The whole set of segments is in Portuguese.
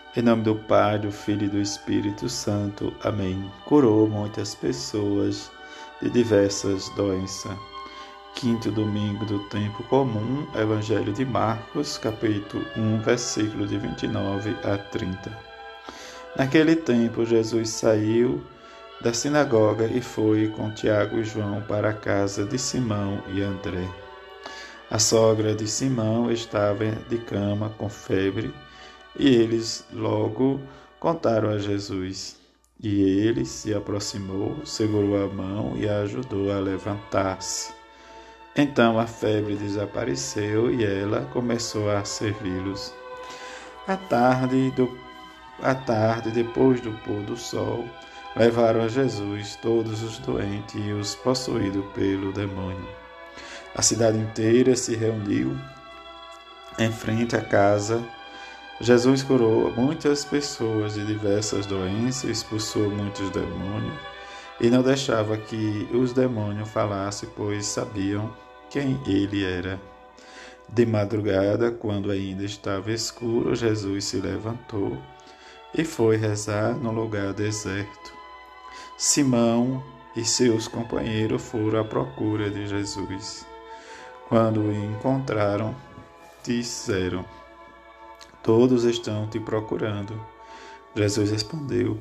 Em nome do Pai, do Filho e do Espírito Santo. Amém. Curou muitas pessoas de diversas doenças. Quinto domingo do tempo comum, Evangelho de Marcos, capítulo 1, versículo de 29 a 30. Naquele tempo, Jesus saiu da sinagoga e foi com Tiago e João para a casa de Simão e André. A sogra de Simão estava de cama com febre, e eles logo contaram a Jesus. E ele se aproximou, segurou a mão e a ajudou a levantar-se. Então a febre desapareceu e ela começou a servi-los. À tarde, depois do pôr do sol, levaram a Jesus todos os doentes e os possuídos pelo demônio. A cidade inteira se reuniu em frente à casa. Jesus curou muitas pessoas de diversas doenças, expulsou muitos demônios e não deixava que os demônios falassem, pois sabiam quem ele era. De madrugada, quando ainda estava escuro, Jesus se levantou e foi rezar num lugar deserto. Simão e seus companheiros foram à procura de Jesus. Quando o encontraram, disseram: "Todos estão te procurando." Jesus respondeu: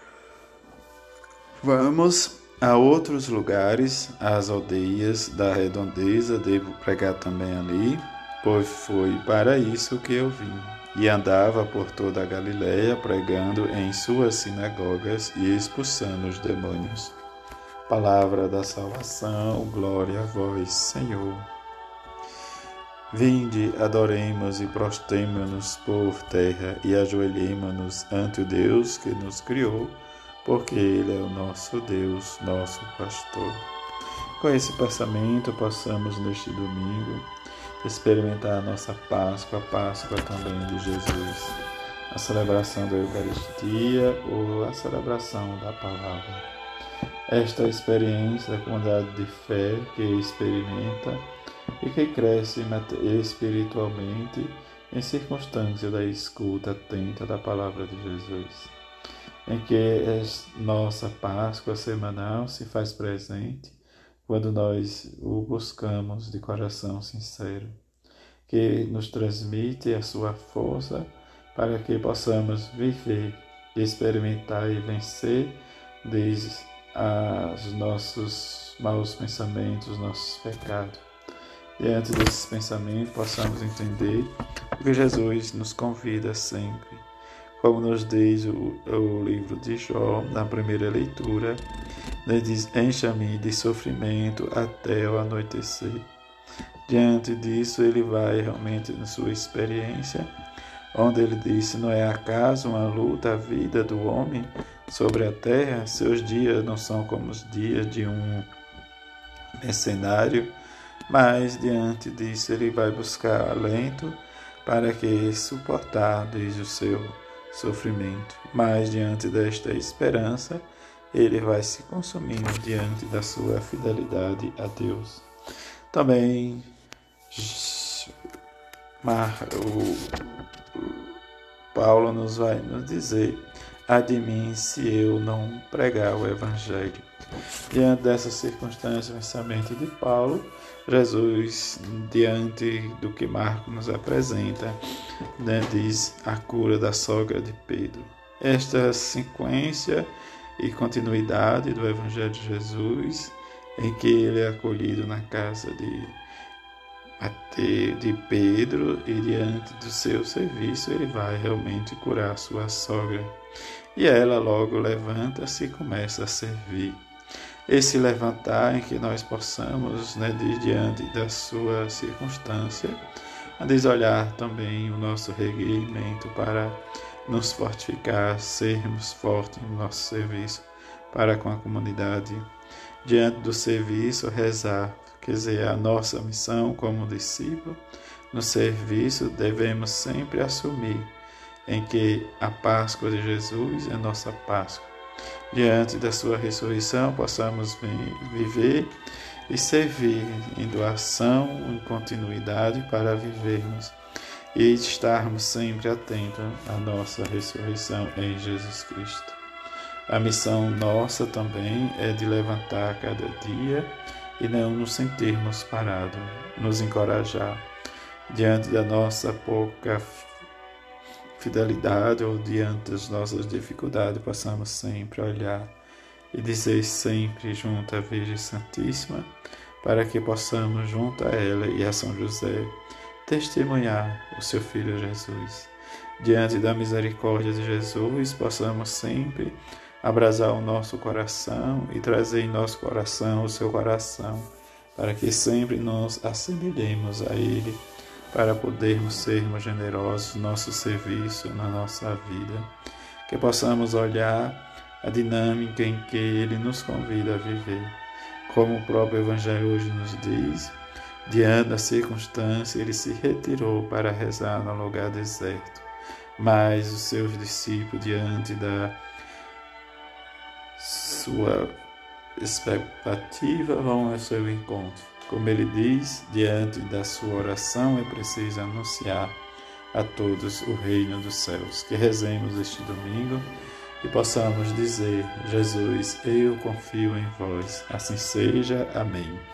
"Vamos a outros lugares, às aldeias da redondeza, devo pregar também ali, pois foi para isso que eu vim." E andava por toda a Galiléia, pregando em suas sinagogas e expulsando os demônios. Palavra da salvação, glória a vós, Senhor. Vinde, adoremos e prostremo-nos por terra e ajoelhemo-nos ante o Deus que nos criou, porque Ele é o nosso Deus, nosso pastor. Com esse pensamento, possamos neste domingo experimentar a nossa Páscoa, a Páscoa também de Jesus, a celebração da Eucaristia ou a celebração da Palavra. Esta experiência da comunidade de fé que experimenta e que cresce espiritualmente em circunstância da escuta atenta da Palavra de Jesus, em que nossa Páscoa semanal se faz presente quando nós o buscamos de coração sincero, que nos transmite a sua força para que possamos viver, experimentar e vencer desde os nossos maus pensamentos, nossos pecados. Diante desses pensamentos, possamos entender o que Jesus nos convida sempre. Como nos diz o livro de Jó, na primeira leitura, ele diz: "Encha-me de sofrimento até o anoitecer." Diante disso, ele vai realmente na sua experiência, onde ele disse: "Não é acaso uma luta a vida do homem sobre a terra? Seus dias não são como os dias de um mercenário." Mas diante disso ele vai buscar alento para que suportar desde o seu sofrimento. Mas diante desta esperança, ele vai se consumindo diante da sua fidelidade a Deus. Também Paulo nos vai nos dizer: "Ai de mim se eu não pregar o Evangelho." Diante dessa circunstância, o pensamento de Paulo, Jesus, diante do que Marcos nos apresenta, diz a cura da sogra de Pedro. Esta sequência e continuidade do Evangelho de Jesus, em que ele é acolhido na casa de Pedro e diante do seu serviço ele vai realmente curar sua sogra. E ela logo levanta-se e começa a servir. Esse levantar em que nós possamos, diante da sua circunstância, olhar também o nosso requerimento para nos fortificar, sermos fortes no nosso serviço para com a comunidade. Diante do serviço, rezar, quer dizer, a nossa missão como discípulo, no serviço devemos sempre assumir em que a Páscoa de Jesus é nossa Páscoa. Diante da sua ressurreição, possamos viver e servir em doação, em continuidade, para vivermos e estarmos sempre atentos à nossa ressurreição em Jesus Cristo. A missão nossa também é de levantar cada dia e não nos sentirmos parados, nos encorajar diante da nossa pouca fidelidade ou diante das nossas dificuldades, possamos sempre olhar e dizer sempre junto à Virgem Santíssima, para que possamos junto a ela e a São José testemunhar o seu Filho Jesus. Diante da misericórdia de Jesus, possamos sempre abrasar o nosso coração e trazer em nosso coração o seu coração, para que sempre nos assemelhemos a Ele, para podermos sermos generosos no nosso serviço, na nossa vida. Que possamos olhar a dinâmica em que Ele nos convida a viver. Como o próprio Evangelho hoje nos diz, diante da circunstância, Ele se retirou para rezar no lugar deserto. Mas os seus discípulos, diante da sua expectativa, vão ao seu encontro. Como ele diz, diante da sua oração é preciso anunciar a todos o reino dos céus. Que rezemos este domingo e possamos dizer: Jesus, eu confio em vós. Assim seja. Amém.